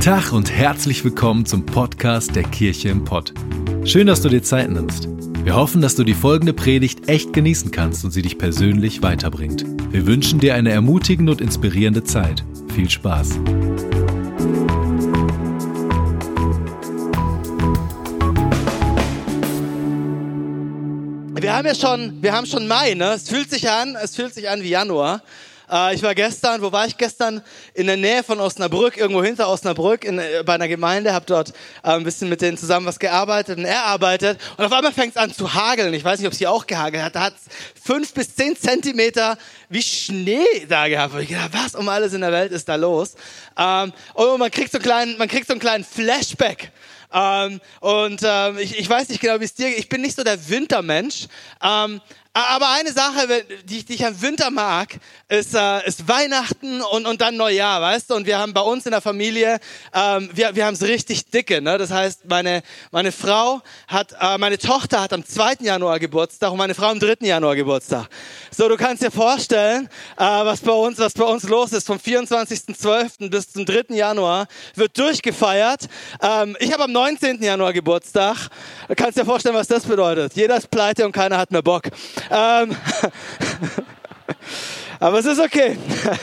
Tag und herzlich willkommen zum Podcast der Kirche im Pott. Schön, dass du dir Zeit nimmst. Wir hoffen, dass du die folgende Predigt echt genießen kannst und sie dich persönlich weiterbringt. Wir wünschen dir eine ermutigende und inspirierende Zeit. Viel Spaß. Wir haben schon Mai, ne? Es fühlt sich an wie Januar. Ich war gestern, wo war ich gestern? In der Nähe von Osnabrück, irgendwo hinter Osnabrück, bei einer Gemeinde, habe dort ein bisschen mit denen zusammen was gearbeitet und erarbeitet. Und auf einmal fängt es an zu hageln. Ich weiß nicht, ob es hier auch gehagelt hat. Da hat es 5 bis 10 Zentimeter wie Schnee da gehabt. Und ich dachte, was um alles in der Welt ist da los? Und man kriegt so einen kleinen Flashback. Ich weiß nicht genau, wie es dir geht. Ich bin nicht so der Wintermensch. Aber eine Sache, die ich am Winter mag, ist Weihnachten und dann Neujahr, weißt du? Und wir haben bei uns in der Familie, wir haben es richtig dicke, ne? Das heißt, meine Tochter hat am 2. Januar Geburtstag und meine Frau am 3. Januar Geburtstag. So, du kannst dir vorstellen, was bei uns los ist. Vom 24.12. bis zum 3. Januar wird durchgefeiert. Ich habe am 19. Januar Geburtstag. Du kannst dir vorstellen, was das bedeutet. Jeder ist pleite und keiner hat mehr Bock. Aber es ist okay.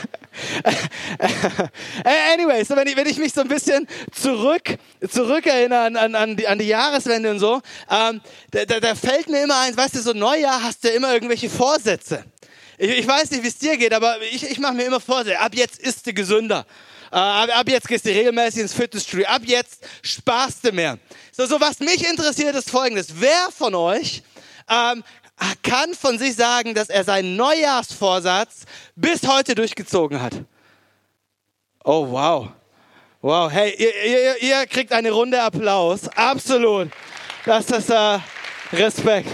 Anyway, so wenn ich mich so ein bisschen zurückerinnere an die Jahreswende und so, da fällt mir immer ein, weißt du, so Neujahr hast du ja immer irgendwelche Vorsätze. Ich weiß nicht, wie es dir geht, aber ich mache mir immer Vorsätze. Ab jetzt isst du gesünder. Ab jetzt gehst du regelmäßig ins Fitnessstudio. Ab jetzt sparst du mehr. So was mich interessiert, ist Folgendes. Wer von euch kann von sich sagen, dass er seinen Neujahrsvorsatz bis heute durchgezogen hat? Oh, wow. Wow, hey, ihr kriegt eine Runde Applaus. Absolut. Das ist Respekt.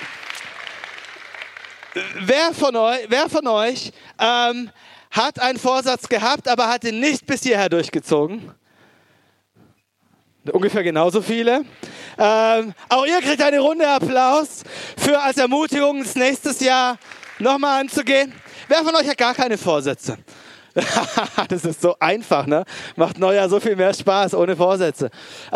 Wer von euch hat einen Vorsatz gehabt, aber hat ihn nicht bis hierher durchgezogen? Ungefähr genauso viele. Auch ihr kriegt eine Runde Applaus für als Ermutigung, das nächstes Jahr nochmal anzugehen. Wer von euch hat gar keine Vorsätze? Das ist so einfach, ne? Macht Neujahr so viel mehr Spaß ohne Vorsätze.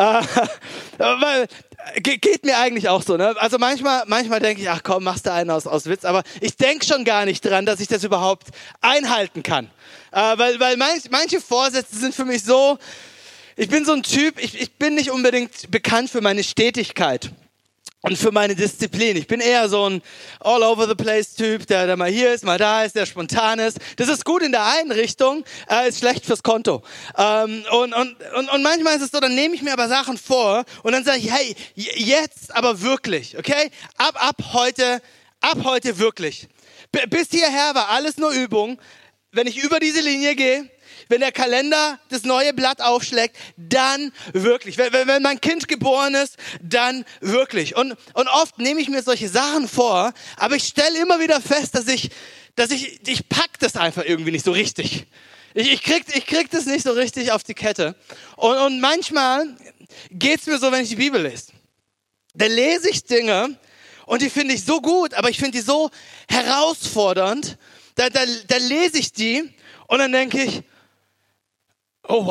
Geht mir eigentlich auch so, ne? Also manchmal denke ich, ach komm, machst du einen aus Witz, aber ich denke schon gar nicht dran, dass ich das überhaupt einhalten kann. Weil manche Vorsätze sind für mich so. Ich bin so ein Typ, ich bin nicht unbedingt bekannt für meine Stetigkeit und für meine Disziplin. Ich bin eher so ein All-over-the-place-Typ, der mal hier ist, mal da ist, der spontan ist. Das ist gut in der einen Richtung, ist schlecht fürs Konto. Und manchmal ist es so, dann nehme ich mir aber Sachen vor und dann sage ich, hey, jetzt aber wirklich, okay? Ab heute wirklich. Bis hierher war alles nur Übung. Wenn ich über diese Linie gehe, wenn der Kalender das neue Blatt aufschlägt, dann wirklich. Wenn mein Kind geboren ist, dann wirklich. Und oft nehme ich mir solche Sachen vor, aber ich stelle immer wieder fest, dass ich pack das einfach irgendwie nicht so richtig. Ich krieg das nicht so richtig auf die Kette. Und manchmal geht's mir so, wenn ich die Bibel lese. Da lese ich Dinge und die finde ich so gut, aber ich finde die so herausfordernd. Da lese ich die und dann denke ich, oh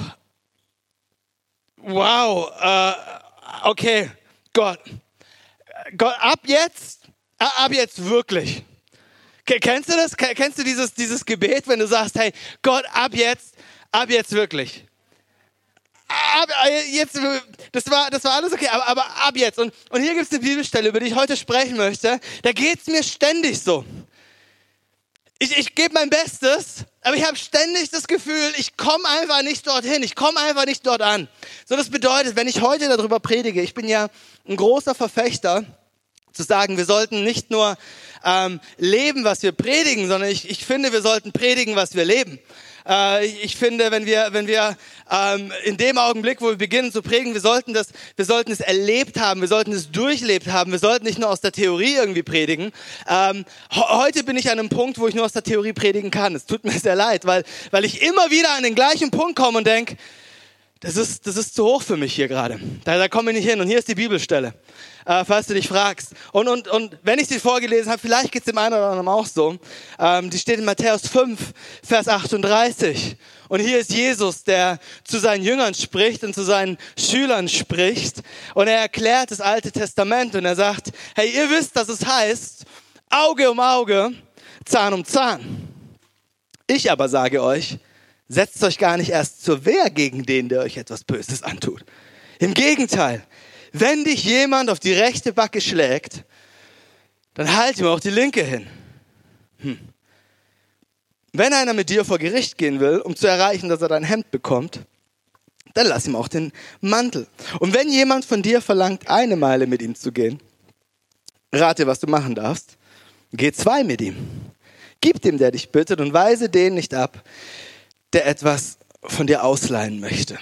wow, okay, Gott, ab jetzt wirklich. Kennst du das? Kennst du dieses Gebet, wenn du sagst, hey, Gott, ab jetzt wirklich. Das war alles okay, aber ab jetzt. Und hier gibt es eine Bibelstelle, über die ich heute sprechen möchte. Da geht es mir ständig so. Ich gebe mein Bestes, aber ich habe ständig das Gefühl, ich komme einfach nicht dorthin, ich komme einfach nicht dort an. So, das bedeutet, wenn ich heute darüber predige, ich bin ja ein großer Verfechter, zu sagen, wir sollten nicht nur leben, was wir predigen, sondern ich finde, wir sollten predigen, was wir leben. Ich finde, wenn wir in dem Augenblick, wo wir beginnen zu predigen, wir sollten es erlebt haben, wir sollten es durchlebt haben, wir sollten nicht nur aus der Theorie irgendwie predigen. Heute bin ich an einem Punkt, wo ich nur aus der Theorie predigen kann. Es tut mir sehr leid, weil ich immer wieder an den gleichen Punkt komme und denke, das ist zu hoch für mich hier gerade. Da komme ich nicht hin. Und hier ist die Bibelstelle, falls du dich fragst. Und wenn ich sie vorgelesen habe, vielleicht geht es dem einen oder anderen auch so. Die steht in Matthäus 5, Vers 38. Und hier ist Jesus, der zu seinen Jüngern spricht und zu seinen Schülern spricht. Und er erklärt das Alte Testament und er sagt, hey, ihr wisst, dass es heißt, Auge um Auge, Zahn um Zahn. Ich aber sage euch, setzt euch gar nicht erst zur Wehr gegen den, der euch etwas Böses antut. Im Gegenteil, wenn dich jemand auf die rechte Backe schlägt, dann halt ihm auch die linke hin. Wenn einer mit dir vor Gericht gehen will, um zu erreichen, dass er dein Hemd bekommt, dann lass ihm auch den Mantel. Und wenn jemand von dir verlangt, 1 Meile mit ihm zu gehen, rate, was du machen darfst, geh 2 mit ihm. Gib dem, der dich bittet, und weise den nicht ab, der etwas von dir ausleihen möchte.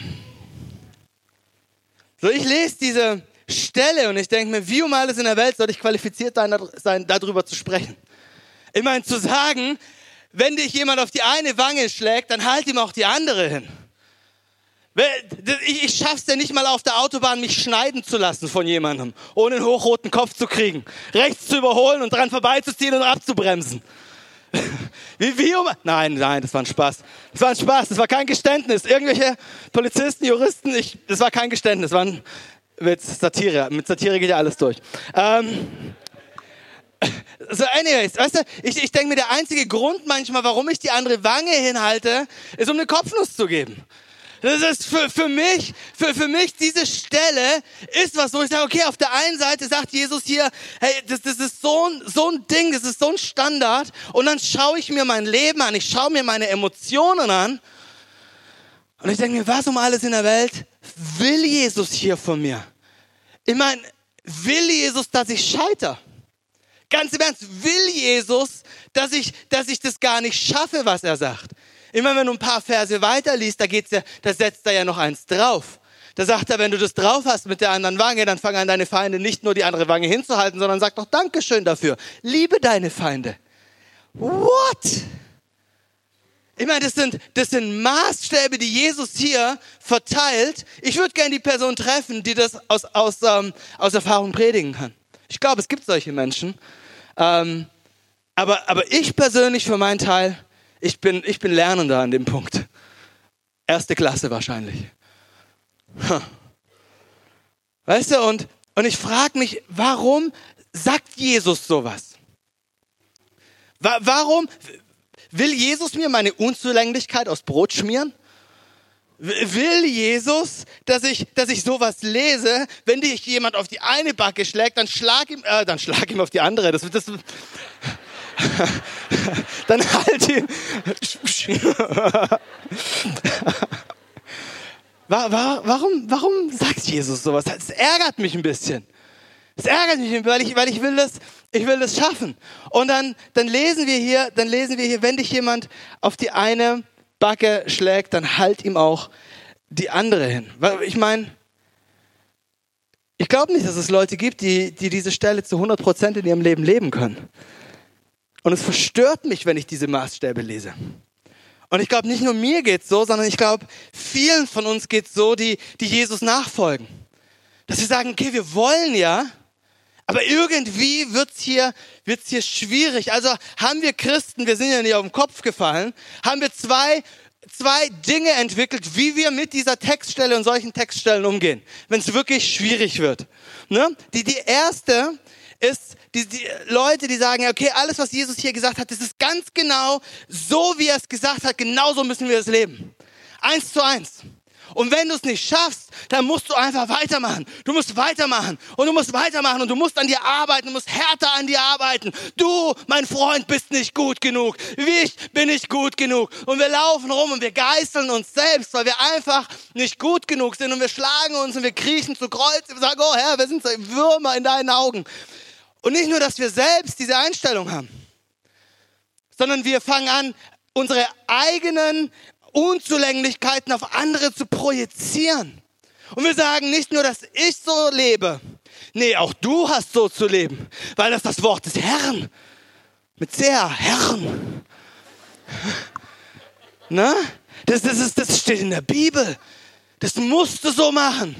So, ich lese diese Stelle und ich denke mir, wie um alles in der Welt soll ich qualifiziert sein, darüber zu sprechen? Ich meine, zu sagen, wenn dich jemand auf die eine Wange schlägt, dann halt ihm auch die andere hin. Ich schaff's ja nicht mal auf der Autobahn, mich schneiden zu lassen von jemandem, ohne einen hochroten Kopf zu kriegen, rechts zu überholen und dran vorbeizuziehen und abzubremsen. Nein, das war ein Spaß. Das war kein Geständnis. Irgendwelche Polizisten, Juristen, das war kein Geständnis, das war ein Witz, Satire. Mit Satire geht ja alles durch. So, anyways, weißt du, ich denke mir, der einzige Grund manchmal, warum ich die andere Wange hinhalte, ist, um eine Kopfnuss zu geben. Das ist für mich diese Stelle ist was, wo ich sage, okay, auf der einen Seite sagt Jesus hier, hey, das ist so ein Ding, das ist so ein Standard, und dann schaue ich mir mein Leben an, ich schaue mir meine Emotionen an und ich denke mir, was um alles in der Welt will Jesus hier von mir? Ich meine, will Jesus, dass ich scheitere? Ganz im Ernst, will Jesus, dass ich das gar nicht schaffe, was er sagt? Immer wenn du ein paar Verse weiterliest, da setzt er ja noch eins drauf. Da sagt er, wenn du das drauf hast mit der anderen Wange, dann fang an, deine Feinde nicht nur die andere Wange hinzuhalten, sondern sag doch Dankeschön dafür. Liebe deine Feinde. What? Ich meine, das sind Maßstäbe, die Jesus hier verteilt. Ich würde gerne die Person treffen, die das aus Erfahrung predigen kann. Ich glaube, es gibt solche Menschen. Aber ich persönlich für meinen Teil, ich bin Lernender an dem Punkt. 1. Klasse wahrscheinlich. Weißt du, und ich frage mich, warum sagt Jesus sowas? Warum will Jesus mir meine Unzulänglichkeit aufs Brot schmieren? Will Jesus, dass ich sowas lese, wenn dich jemand auf die eine Backe schlägt, dann schlag ihm auf die andere. Dann halt ihn. Warum sagt Jesus sowas? Das ärgert mich ein bisschen. Es ärgert mich, weil ich will das schaffen. Und dann lesen wir hier, wenn dich jemand auf die eine Backe schlägt, dann halt ihm auch die andere hin. Ich meine, ich glaube nicht, dass es Leute gibt, die diese Stelle zu 100% in ihrem Leben leben können. Und es verstört mich, wenn ich diese Maßstäbe lese. Und ich glaube, nicht nur mir geht's so, sondern ich glaube, vielen von uns geht's so, die Jesus nachfolgen. Dass sie sagen, okay, wir wollen ja, aber irgendwie wird's hier schwierig. Also haben wir Christen, wir sind ja nicht auf den Kopf gefallen, haben wir zwei Dinge entwickelt, wie wir mit dieser Textstelle und solchen Textstellen umgehen, wenn es wirklich schwierig wird. Ne? Die erste ist die Leute, die sagen, okay, alles, was Jesus hier gesagt hat, das ist ganz genau so, wie er es gesagt hat, genauso müssen wir es leben. 1:1. Und wenn du es nicht schaffst, dann musst du einfach weitermachen. Du musst weitermachen und du musst weitermachen und du musst an dir arbeiten, du musst härter an dir arbeiten. Du, mein Freund, bist nicht gut genug. Ich bin nicht gut genug. Und wir laufen rum und wir geißeln uns selbst, weil wir einfach nicht gut genug sind und wir schlagen uns und wir kriechen zu Kreuz und sagen, oh Herr, wir sind Würmer in deinen Augen. Und nicht nur, dass wir selbst diese Einstellung haben, sondern wir fangen an, unsere eigenen Unzulänglichkeiten auf andere zu projizieren. Und wir sagen nicht nur, dass ich so lebe. Nee, auch du hast so zu leben. Weil das Wort des Herrn. Mit sehr Herrn. Ne? Das steht in der Bibel. Das musst du so machen.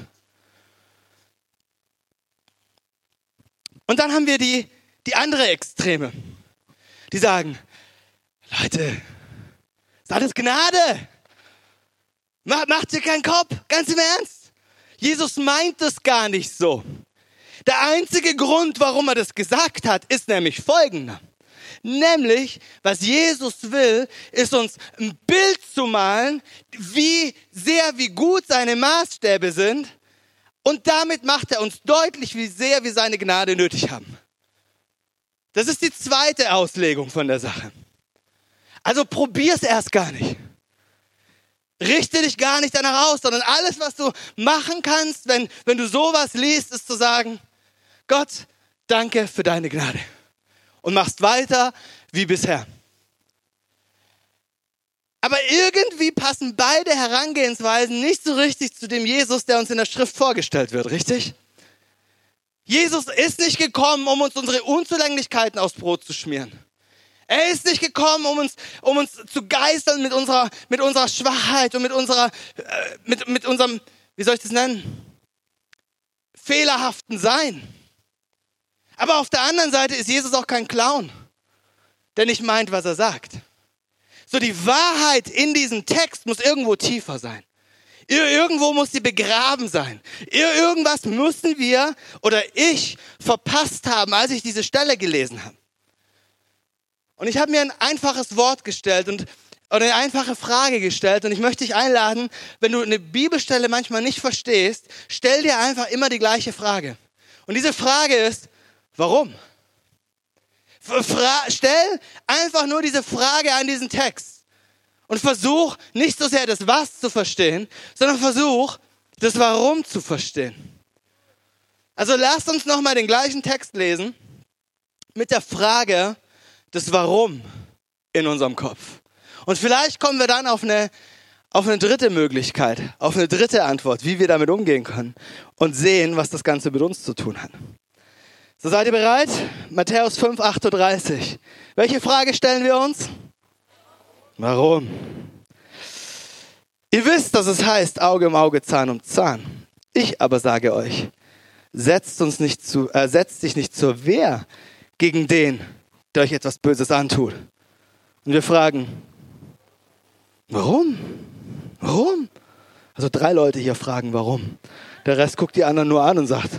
Und dann haben wir die andere Extreme. Die sagen, Leute, ist alles Gnade. Macht dir keinen Kopf, ganz im Ernst. Jesus meint es gar nicht so. Der einzige Grund, warum er das gesagt hat, ist nämlich folgender. Nämlich, was Jesus will, ist uns ein Bild zu malen, wie gut seine Maßstäbe sind. Und damit macht er uns deutlich, wie sehr wir seine Gnade nötig haben. Das ist die zweite Auslegung von der Sache. Also probier's erst gar nicht. Richte dich gar nicht danach aus, sondern alles, was du machen kannst, wenn du sowas liest, ist zu sagen, Gott, danke für deine Gnade. Und machst weiter wie bisher. Aber irgendwie passen beide Herangehensweisen nicht so richtig zu dem Jesus, der uns in der Schrift vorgestellt wird, richtig? Jesus ist nicht gekommen, um uns unsere Unzulänglichkeiten aufs Brot zu schmieren. Er ist nicht gekommen, um uns zu geißeln mit unserer Schwachheit und mit unserem, wie soll ich das nennen, fehlerhaften Sein. Aber auf der anderen Seite ist Jesus auch kein Clown, der nicht meint, was er sagt. So, die Wahrheit in diesem Text muss irgendwo tiefer sein. Irgendwo muss sie begraben sein. Irgendwas müssen wir oder ich verpasst haben, als ich diese Stelle gelesen habe. Und ich habe mir ein einfaches Wort gestellt oder eine einfache Frage gestellt und ich möchte dich einladen, wenn du eine Bibelstelle manchmal nicht verstehst, stell dir einfach immer die gleiche Frage. Und diese Frage ist, warum? Stell einfach nur diese Frage an diesen Text und versuch nicht so sehr das Was zu verstehen, sondern versuch das Warum zu verstehen. Also lasst uns nochmal den gleichen Text lesen mit der Frage des Warum in unserem Kopf. Und vielleicht kommen wir dann auf eine dritte Möglichkeit, auf eine dritte Antwort, wie wir damit umgehen können und sehen, was das Ganze mit uns zu tun hat. So, seid ihr bereit? Matthäus 5, 38. Welche Frage stellen wir uns? Warum? Ihr wisst, dass es heißt, Auge um Auge, Zahn um Zahn. Ich aber sage euch, setzt dich nicht zur Wehr gegen den, der euch etwas Böses antut. Und wir fragen, warum? Warum? Also 3 Leute hier fragen, warum. Der Rest guckt die anderen nur an und sagt,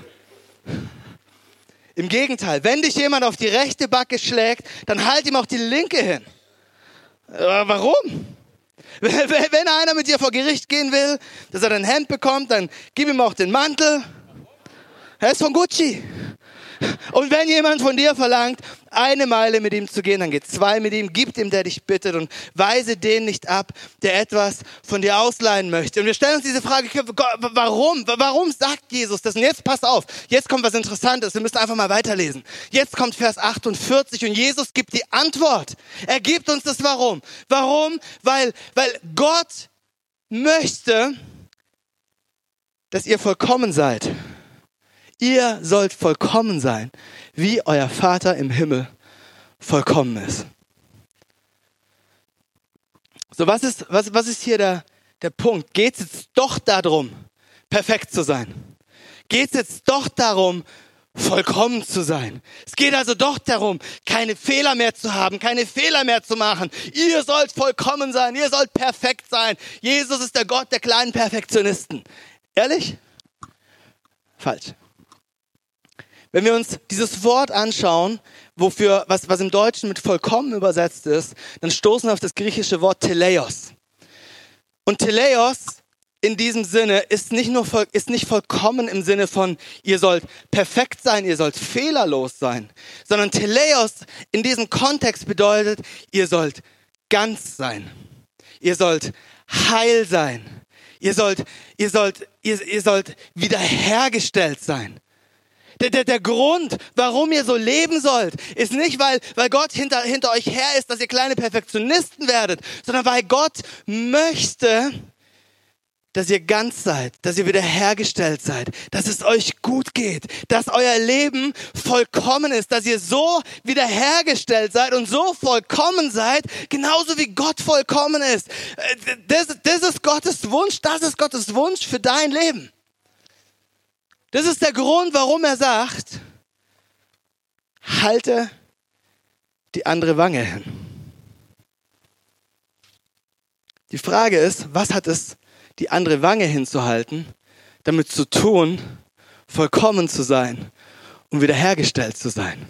im Gegenteil, wenn dich jemand auf die rechte Backe schlägt, dann halt ihm auch die linke hin. Warum? Wenn einer mit dir vor Gericht gehen will, dass er dein Hemd bekommt, dann gib ihm auch den Mantel. Er ist von Gucci. Und wenn jemand von dir verlangt, 1 Meile mit ihm zu gehen, dann geht 2 mit ihm, gib dem, der dich bittet und weise den nicht ab, der etwas von dir ausleihen möchte. Und wir stellen uns diese Frage, warum? Warum sagt Jesus das? Und jetzt pass auf, jetzt kommt was Interessantes, wir müssen einfach mal weiterlesen. Jetzt kommt Vers 48 und Jesus gibt die Antwort. Er gibt uns das Warum. Warum? Weil Gott möchte, dass ihr vollkommen seid. Ihr sollt vollkommen sein, wie euer Vater im Himmel vollkommen ist. So, was ist hier der Punkt? Geht es jetzt doch darum, perfekt zu sein? Geht es jetzt doch darum, vollkommen zu sein? Es geht also doch darum, keine Fehler mehr zu haben, keine Fehler mehr zu machen. Ihr sollt vollkommen sein, ihr sollt perfekt sein. Jesus ist der Gott der kleinen Perfektionisten. Ehrlich? Falsch. Wenn wir uns dieses Wort anschauen, was im Deutschen mit vollkommen übersetzt ist, dann stoßen wir auf das griechische Wort Teleios. Und Teleios in diesem Sinne ist nicht vollkommen im Sinne von, ihr sollt perfekt sein, ihr sollt fehlerlos sein, sondern Teleios in diesem Kontext bedeutet, ihr sollt ganz sein. Ihr sollt heil sein. Ihr sollt wiederhergestellt sein. Der Grund, warum ihr so leben sollt, ist nicht, weil Gott hinter euch her ist, dass ihr kleine Perfektionisten werdet, sondern weil Gott möchte dass ihr ganz seid, dass ihr wiederhergestellt seid, dass es euch gut geht, dass euer Leben vollkommen ist, dass ihr so wiederhergestellt seid und so vollkommen seid, genauso wie Gott vollkommen ist. Das ist Gottes Wunsch, das ist Gottes Wunsch für dein Leben. Das ist der Grund, warum er sagt, halte die andere Wange hin. Die Frage ist, was hat es, die andere Wange hinzuhalten, damit zu tun, vollkommen zu sein und wiederhergestellt zu sein?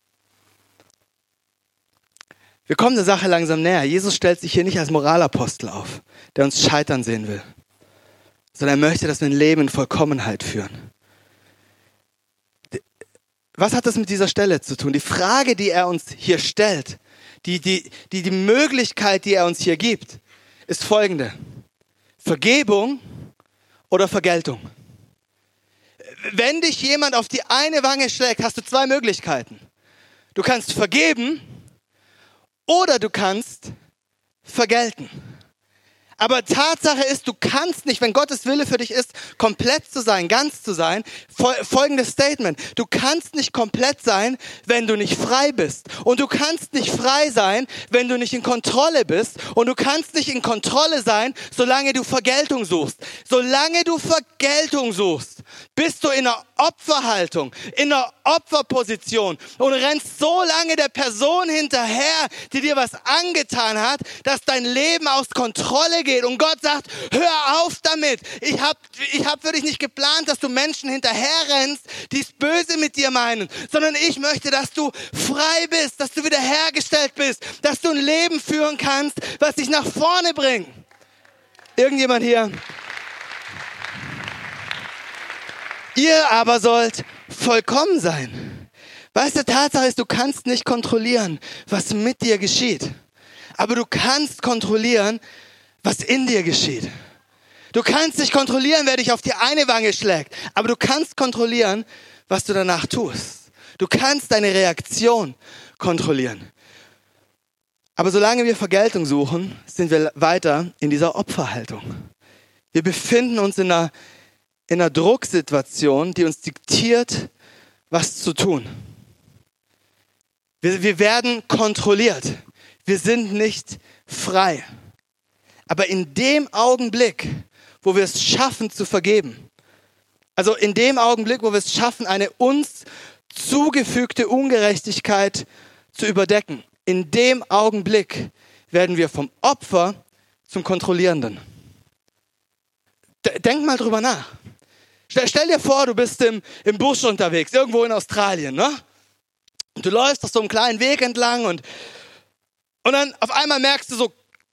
Wir kommen der Sache langsam näher. Jesus stellt sich hier nicht als Moralapostel auf, der uns scheitern sehen will, sondern er möchte, dass wir ein Leben in Vollkommenheit führen. Was hat das mit dieser Stelle zu tun? Die Frage, die er uns hier stellt, die Möglichkeit, die er uns hier gibt, ist folgende: Vergebung oder Vergeltung? Wenn dich jemand auf die eine Wange schlägt, hast du zwei Möglichkeiten. Du kannst vergeben oder du kannst vergelten. Aber Tatsache ist, du kannst nicht, wenn Gottes Wille für dich ist, komplett zu sein, ganz zu sein. Folgendes Statement: Du kannst nicht komplett sein, wenn du nicht frei bist. Und du kannst nicht frei sein, wenn du nicht in Kontrolle bist. Und du kannst nicht in Kontrolle sein, solange du Vergeltung suchst. Solange du Vergeltung suchst, bist du in einer Opferhaltung, in einer Opferposition und rennst so lange der Person hinterher, die dir was angetan hat, dass dein Leben aus Kontrolle geht. Und Gott sagt, hör auf damit. Ich hab für dich nicht geplant, dass du Menschen hinterher rennst, die es böse mit dir meinen, sondern ich möchte, dass du frei bist, dass du wiederhergestellt bist, dass du ein Leben führen kannst, was dich nach vorne bringt. Irgendjemand hier? Ihr aber sollt vollkommen sein. Weißt du, Tatsache ist, du kannst nicht kontrollieren, was mit dir geschieht. Aber du kannst kontrollieren, was in dir geschieht. Du kannst nicht kontrollieren, wer dich auf die eine Wange schlägt. Aber du kannst kontrollieren, was du danach tust. Du kannst deine Reaktion kontrollieren. Aber solange wir Vergeltung suchen, sind wir weiter in dieser Opferhaltung. Wir befinden uns in einer Drucksituation, die uns diktiert, was zu tun. Wir werden kontrolliert. Wir sind nicht frei. Aber in dem Augenblick, wo wir es schaffen zu vergeben, also in dem Augenblick, wo wir es schaffen, eine uns zugefügte Ungerechtigkeit zu überdecken, in dem Augenblick werden wir vom Opfer zum Kontrollierenden. Denk mal drüber nach. Stell dir vor, du bist im Busch unterwegs, irgendwo in Australien, ne? Und du läufst auf so einem kleinen Weg entlang und dann auf einmal merkst du so,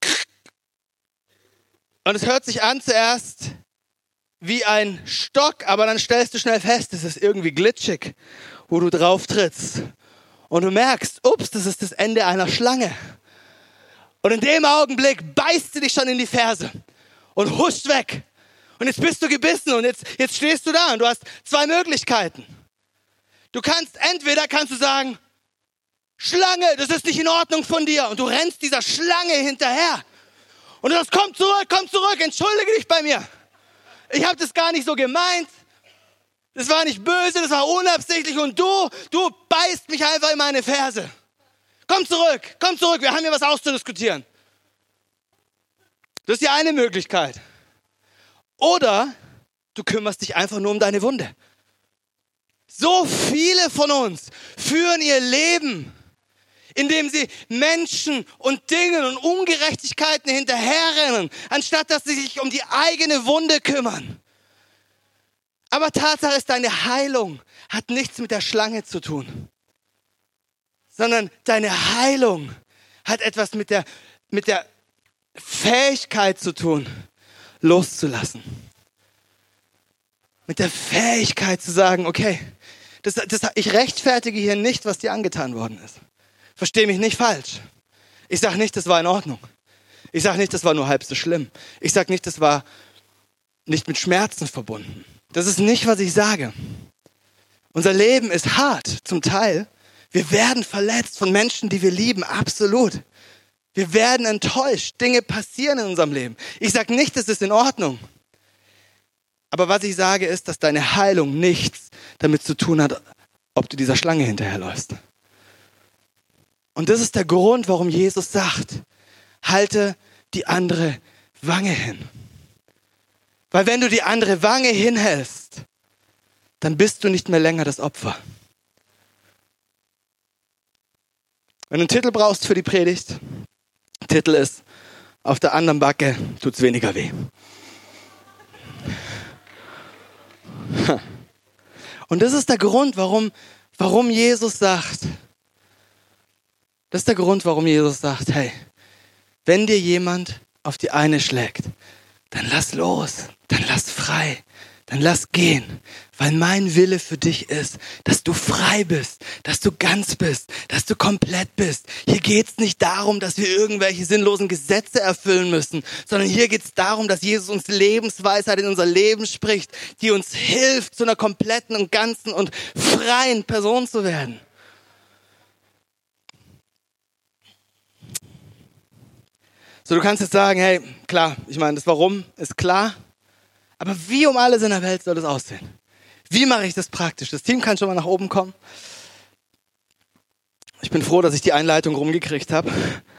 und es hört sich an zuerst wie ein Stock, aber dann stellst du schnell fest, es ist irgendwie glitschig, wo du drauf trittst. Und du merkst, ups, das ist das Ende einer Schlange. Und in dem Augenblick beißt sie dich schon in die Ferse und huscht weg. Und jetzt bist du gebissen und jetzt stehst du da und du hast zwei Möglichkeiten. Entweder kannst du sagen, Schlange, das ist nicht in Ordnung von dir. Und du rennst dieser Schlange hinterher. Und du sagst, komm zurück, entschuldige dich bei mir. Ich habe das gar nicht so gemeint. Das war nicht böse, das war unabsichtlich. Und du beißt mich einfach in meine Ferse. Komm zurück, wir haben hier was auszudiskutieren. Das ist die eine Möglichkeit. Oder du kümmerst dich einfach nur um deine Wunde. So viele von uns führen ihr Leben, indem sie Menschen und Dingen und Ungerechtigkeiten hinterherrennen, anstatt dass sie sich um die eigene Wunde kümmern. Aber Tatsache ist, deine Heilung hat nichts mit der Schlange zu tun, sondern deine Heilung hat etwas mit der Fähigkeit zu tun, loszulassen. Mit der Fähigkeit zu sagen, okay, ich rechtfertige hier nicht, was dir angetan worden ist. Versteh mich nicht falsch. Ich sage nicht, das war in Ordnung. Ich sage nicht, das war nur halb so schlimm. Ich sage nicht, das war nicht mit Schmerzen verbunden. Das ist nicht, was ich sage. Unser Leben ist hart, zum Teil. Wir werden verletzt von Menschen, die wir lieben, absolut. Wir werden enttäuscht. Dinge passieren in unserem Leben. Ich sage nicht, das ist in Ordnung. Aber was ich sage ist, dass deine Heilung nichts damit zu tun hat, ob du dieser Schlange hinterherläufst. Und das ist der Grund, warum Jesus sagt, halte die andere Wange hin. Weil wenn du die andere Wange hinhältst, dann bist du nicht mehr länger das Opfer. Wenn du einen Titel brauchst für die Predigt, der Titel ist, auf der anderen Backe tut's weniger weh. Und das ist der Grund, warum Jesus sagt, hey, wenn dir jemand auf die eine schlägt, dann lass los, dann lass frei, dann lass gehen, weil mein Wille für dich ist, dass du frei bist, dass du ganz bist, dass du komplett bist. Hier geht's nicht darum, dass wir irgendwelche sinnlosen Gesetze erfüllen müssen, sondern hier geht's darum, dass Jesus uns Lebensweisheit in unser Leben spricht, die uns hilft, zu einer kompletten und ganzen und freien Person zu werden. So, du kannst jetzt sagen, hey, klar, ich meine, das Warum ist klar, aber wie um alles in der Welt soll das aussehen? Wie mache ich das praktisch? Das Team kann schon mal nach oben kommen. Ich bin froh, dass ich die Einleitung rumgekriegt habe.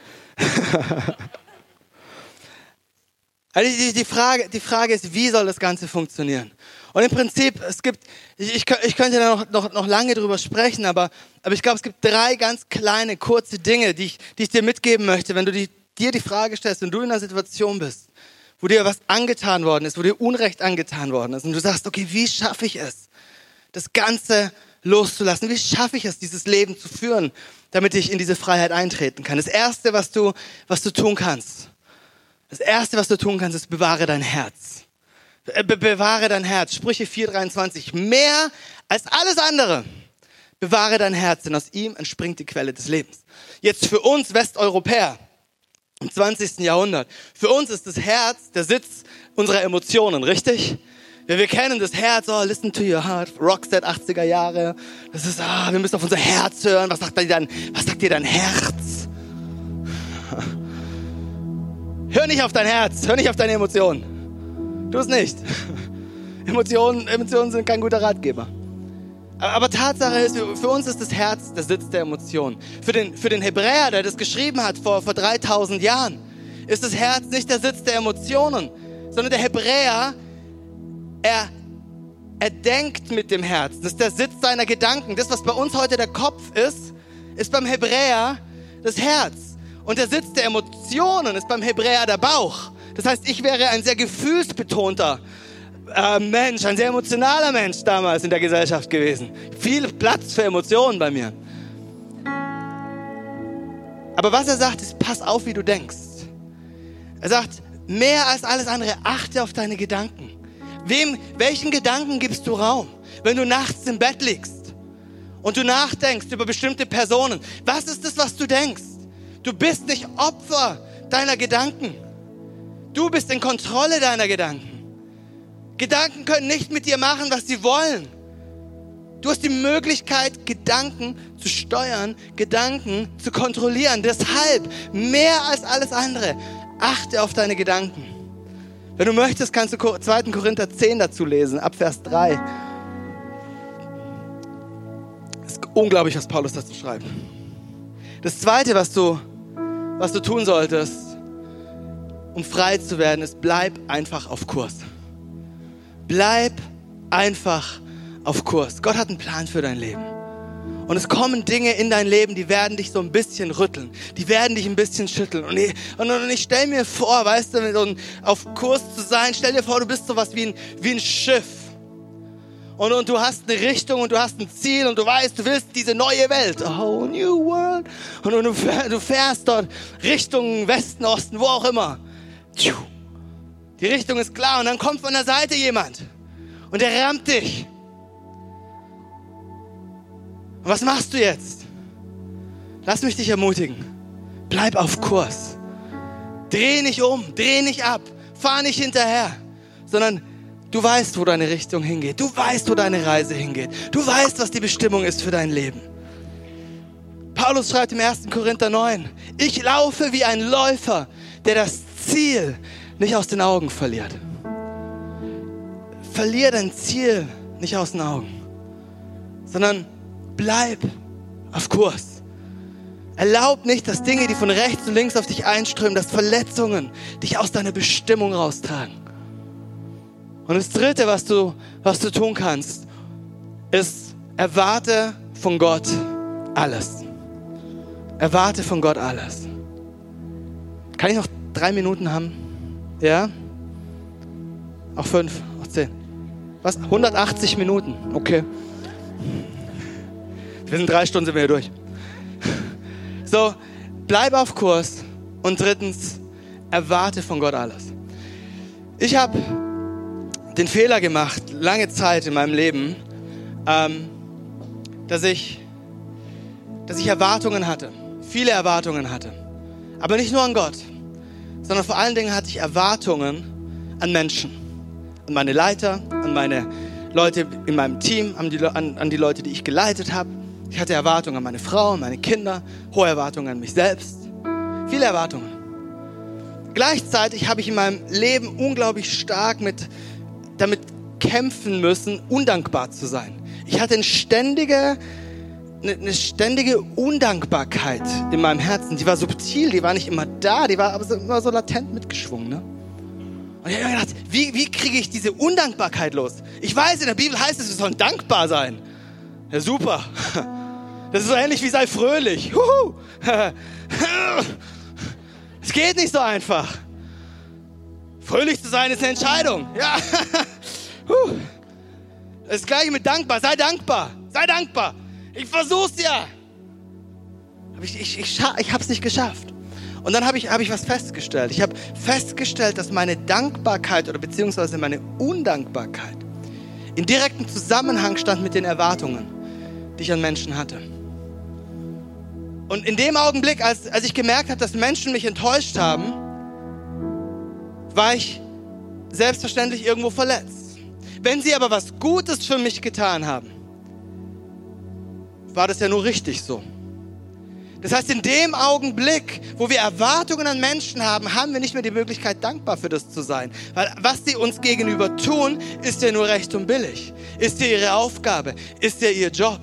Also die Frage ist, wie soll das Ganze funktionieren? Und im Prinzip, ich könnte da noch lange drüber sprechen, aber ich glaube, es gibt 3 ganz kleine, kurze Dinge, die ich dir mitgeben möchte, wenn du dir die Frage stellst, wenn du in einer Situation bist, wo dir was angetan worden ist, wo dir Unrecht angetan worden ist und du sagst, okay, wie schaffe ich es, das Ganze loszulassen? Wie schaffe ich es, dieses Leben zu führen, damit ich in diese Freiheit eintreten kann? Das Erste, was du tun kannst, ist, bewahre dein Herz. Bewahre dein Herz. Sprüche 4,23. Mehr als alles andere. Bewahre dein Herz, denn aus ihm entspringt die Quelle des Lebens. Jetzt für uns Westeuropäer im 20. Jahrhundert, für uns ist das Herz der Sitz unserer Emotionen, richtig? Wir kennen das Herz, oh, listen to your heart, Rocksteady 80er Jahre. Das ist, wir müssen auf unser Herz hören. Was sagt dir dein Herz? Hör nicht auf dein Herz, hör nicht auf deine Emotionen. Tu es nicht. Emotionen sind kein guter Ratgeber. Aber Tatsache ist, für uns ist das Herz der Sitz der Emotionen. Für den Hebräer, der das geschrieben hat vor 3000 Jahren, ist das Herz nicht der Sitz der Emotionen, sondern der Hebräer, er denkt mit dem Herzen. Das ist der Sitz seiner Gedanken. Das, was bei uns heute der Kopf ist beim Hebräer das Herz. Und der Sitz der Emotionen ist beim Hebräer der Bauch. Das heißt, ich wäre ein sehr gefühlsbetonter Mensch, ein sehr emotionaler Mensch damals in der Gesellschaft gewesen. Viel Platz für Emotionen bei mir. Aber was er sagt, ist, pass auf, wie du denkst. Er sagt, mehr als alles andere, achte auf deine Gedanken. Welchen Gedanken gibst du Raum? Wenn du nachts im Bett liegst und du nachdenkst über bestimmte Personen, was ist das, was du denkst? Du bist nicht Opfer deiner Gedanken. Du bist in Kontrolle deiner Gedanken. Gedanken können nicht mit dir machen, was sie wollen. Du hast die Möglichkeit, Gedanken zu steuern, Gedanken zu kontrollieren. Deshalb, mehr als alles andere, achte auf deine Gedanken. Wenn du möchtest, kannst du 2. Korinther 10 dazu lesen, ab Vers 3. Es ist unglaublich, was Paulus dazu schreibt. Das Zweite, was du tun solltest, um frei zu werden, ist, bleib einfach auf Kurs. Bleib einfach auf Kurs. Gott hat einen Plan für dein Leben. Und es kommen Dinge in dein Leben, die werden dich so ein bisschen rütteln. Die werden dich ein bisschen schütteln. Und ich stell mir vor, weißt du, auf Kurs zu sein, stell dir vor, du bist sowas wie ein Schiff. Und du hast eine Richtung und du hast ein Ziel und du weißt, du willst diese neue Welt. A whole new world. Und du fährst dort Richtung Westen, Osten, wo auch immer. Die Richtung ist klar und dann kommt von der Seite jemand und der rammt dich. Und was machst du jetzt? Lass mich dich ermutigen. Bleib auf Kurs. Dreh nicht um, dreh nicht ab, fahr nicht hinterher, sondern du weißt, wo deine Richtung hingeht. Du weißt, wo deine Reise hingeht. Du weißt, was die Bestimmung ist für dein Leben. Paulus schreibt im 1. Korinther 9, ich laufe wie ein Läufer, der das Ziel nicht aus den Augen verliert. verlier dein Ziel nicht aus den Augen, sondern bleib auf Kurs. Erlaub nicht, dass Dinge, die von rechts und links auf dich einströmen, dass Verletzungen dich aus deiner Bestimmung raustragen. Und das Dritte, was du tun kannst, ist, erwarte von Gott alles. Erwarte von Gott alles. Kann ich noch 3 Minuten haben? Ja? Auch 5, auch 10. Was? 180 Minuten. Okay. Wir sind 3 Stunden, sind wir hier durch. So, bleib auf Kurs. Und drittens, erwarte von Gott alles. Ich habe den Fehler gemacht, lange Zeit in meinem Leben, dass ich Erwartungen hatte. Viele Erwartungen hatte. Aber nicht nur an Gott, sondern vor allen Dingen hatte ich Erwartungen an Menschen. An meine Leiter, an meine Leute in meinem Team, an die Leute, die ich geleitet habe. Ich hatte Erwartungen an meine Frau, an meine Kinder, hohe Erwartungen an mich selbst. Viele Erwartungen. Gleichzeitig habe ich in meinem Leben unglaublich stark damit kämpfen müssen, undankbar zu sein. Ich hatte eine ständige Undankbarkeit in meinem Herzen. Die war subtil, die war nicht immer da, die war aber immer so latent mitgeschwungen. Ne? Und ich habe mir gedacht, wie kriege ich diese Undankbarkeit los? Ich weiß, in der Bibel heißt es, wir sollen dankbar sein. Ja, super. Das ist so ähnlich wie sei fröhlich. Es geht nicht so einfach. Fröhlich zu sein ist eine Entscheidung. Ja. Das Gleiche mit dankbar. Sei dankbar. Sei dankbar. Ich versuch's ja. Ich habe es nicht geschafft. Und dann habe ich was festgestellt. Ich habe festgestellt, dass meine Dankbarkeit oder beziehungsweise meine Undankbarkeit in direktem Zusammenhang stand mit den Erwartungen, die ich an Menschen hatte. Und in dem Augenblick, als ich gemerkt habe, dass Menschen mich enttäuscht haben, war ich selbstverständlich irgendwo verletzt. Wenn sie aber was Gutes für mich getan haben, war das ja nur richtig so. Das heißt, in dem Augenblick, wo wir Erwartungen an Menschen haben, haben wir nicht mehr die Möglichkeit, dankbar für das zu sein. Weil was sie uns gegenüber tun, ist ja nur recht und billig. Ist ja ihre Aufgabe, ist ja ihr Job.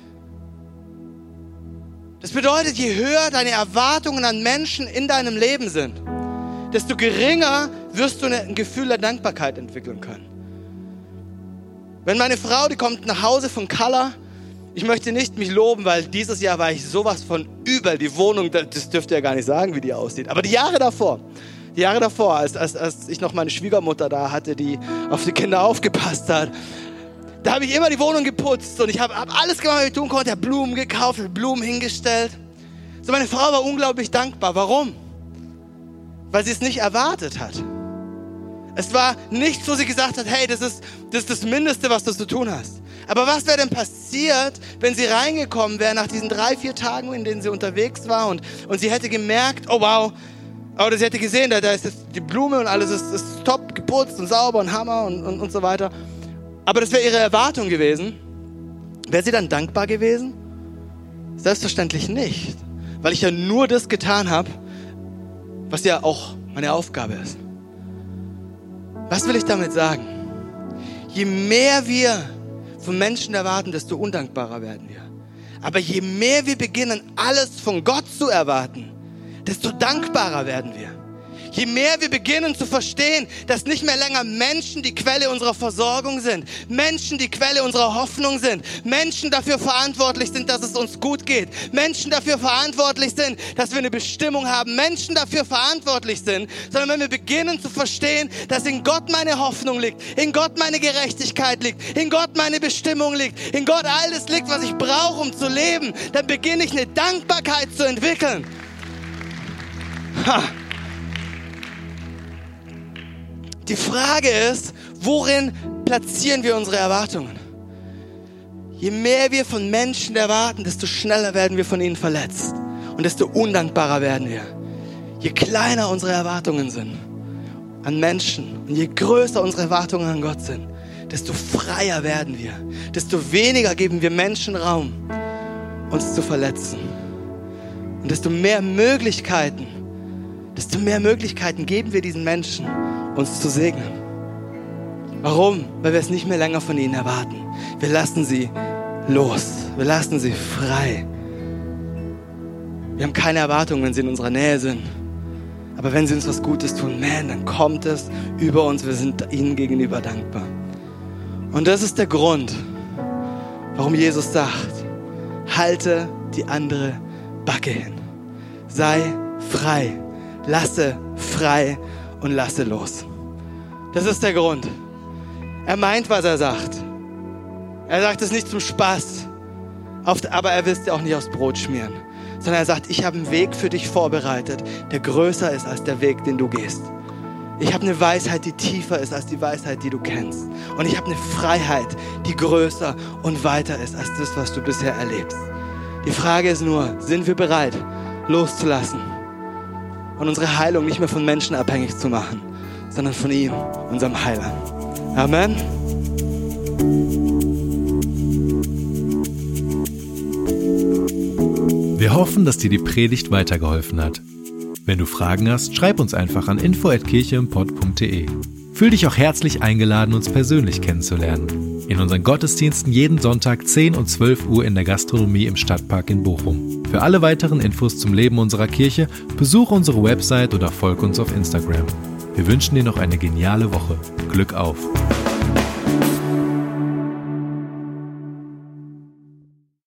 Das bedeutet, je höher deine Erwartungen an Menschen in deinem Leben sind, desto geringer wirst du ein Gefühl der Dankbarkeit entwickeln können. Wenn meine Frau, die kommt nach Hause von Color, ich möchte nicht mich loben, weil dieses Jahr war ich sowas von übel. Die Wohnung, das dürft ihr ja gar nicht sagen, wie die aussieht. Aber die Jahre davor, als ich noch meine Schwiegermutter da hatte, die auf die Kinder aufgepasst hat, da habe ich immer die Wohnung geputzt und ich habe alles gemacht, was ich tun konnte. Ich habe Blumen gekauft, Blumen hingestellt. So, meine Frau war unglaublich dankbar. Warum? Weil sie es nicht erwartet hat. Es war nichts, wo sie gesagt hat, hey, das ist das Mindeste, was du zu tun hast. Aber was wäre denn passiert, wenn sie reingekommen wäre nach diesen 3-4 Tagen, in denen sie unterwegs war und sie hätte gemerkt, oh wow, oder sie hätte gesehen, da ist jetzt die Blume und alles ist top geputzt und sauber und Hammer und so weiter. Aber das wäre ihre Erwartung gewesen. Wäre sie dann dankbar gewesen? Selbstverständlich nicht, weil ich ja nur das getan habe, was ja auch meine Aufgabe ist. Was will ich damit sagen? Je mehr wir von Menschen erwarten, desto undankbarer werden wir. Aber je mehr wir beginnen, alles von Gott zu erwarten, desto dankbarer werden wir. Je mehr wir beginnen zu verstehen, dass nicht mehr länger Menschen die Quelle unserer Versorgung sind, Menschen die Quelle unserer Hoffnung sind, Menschen dafür verantwortlich sind, dass es uns gut geht, Menschen dafür verantwortlich sind, dass wir eine Bestimmung haben, Menschen dafür verantwortlich sind, sondern wenn wir beginnen zu verstehen, dass in Gott meine Hoffnung liegt, in Gott meine Gerechtigkeit liegt, in Gott meine Bestimmung liegt, in Gott alles liegt, was ich brauche, um zu leben, dann beginne ich eine Dankbarkeit zu entwickeln. Die Frage ist, worin platzieren wir unsere Erwartungen? Je mehr wir von Menschen erwarten, desto schneller werden wir von ihnen verletzt und desto undankbarer werden wir. Je kleiner unsere Erwartungen sind an Menschen und je größer unsere Erwartungen an Gott sind, desto freier werden wir, desto weniger geben wir Menschen Raum, uns zu verletzen. Und desto mehr Möglichkeiten geben wir diesen Menschen, uns zu segnen. Warum? Weil wir es nicht mehr länger von ihnen erwarten. Wir lassen sie los. Wir lassen sie frei. Wir haben keine Erwartungen, wenn sie in unserer Nähe sind. Aber wenn sie uns was Gutes tun, dann kommt es über uns. Wir sind ihnen gegenüber dankbar. Und das ist der Grund, warum Jesus sagt, halte die andere Backe hin. Sei frei. Lasse frei und lasse los. Das ist der Grund. Er meint, was er sagt. Er sagt es nicht zum Spaß, aber er will es dir auch nicht aufs Brot schmieren. Sondern er sagt, ich habe einen Weg für dich vorbereitet, der größer ist als der Weg, den du gehst. Ich habe eine Weisheit, die tiefer ist als die Weisheit, die du kennst. Und ich habe eine Freiheit, die größer und weiter ist als das, was du bisher erlebst. Die Frage ist nur, sind wir bereit, loszulassen und unsere Heilung nicht mehr von Menschen abhängig zu machen, sondern von ihm, unserem Heiland. Amen. Wir hoffen, dass dir die Predigt weitergeholfen hat. Wenn du Fragen hast, schreib uns einfach an info@kircheimpott.de. Fühl dich auch herzlich eingeladen, uns persönlich kennenzulernen. In unseren Gottesdiensten jeden Sonntag 10 und 12 Uhr in der Gastronomie im Stadtpark in Bochum. Für alle weiteren Infos zum Leben unserer Kirche besuche unsere Website oder folge uns auf Instagram. Wir wünschen dir noch eine geniale Woche. Glück auf!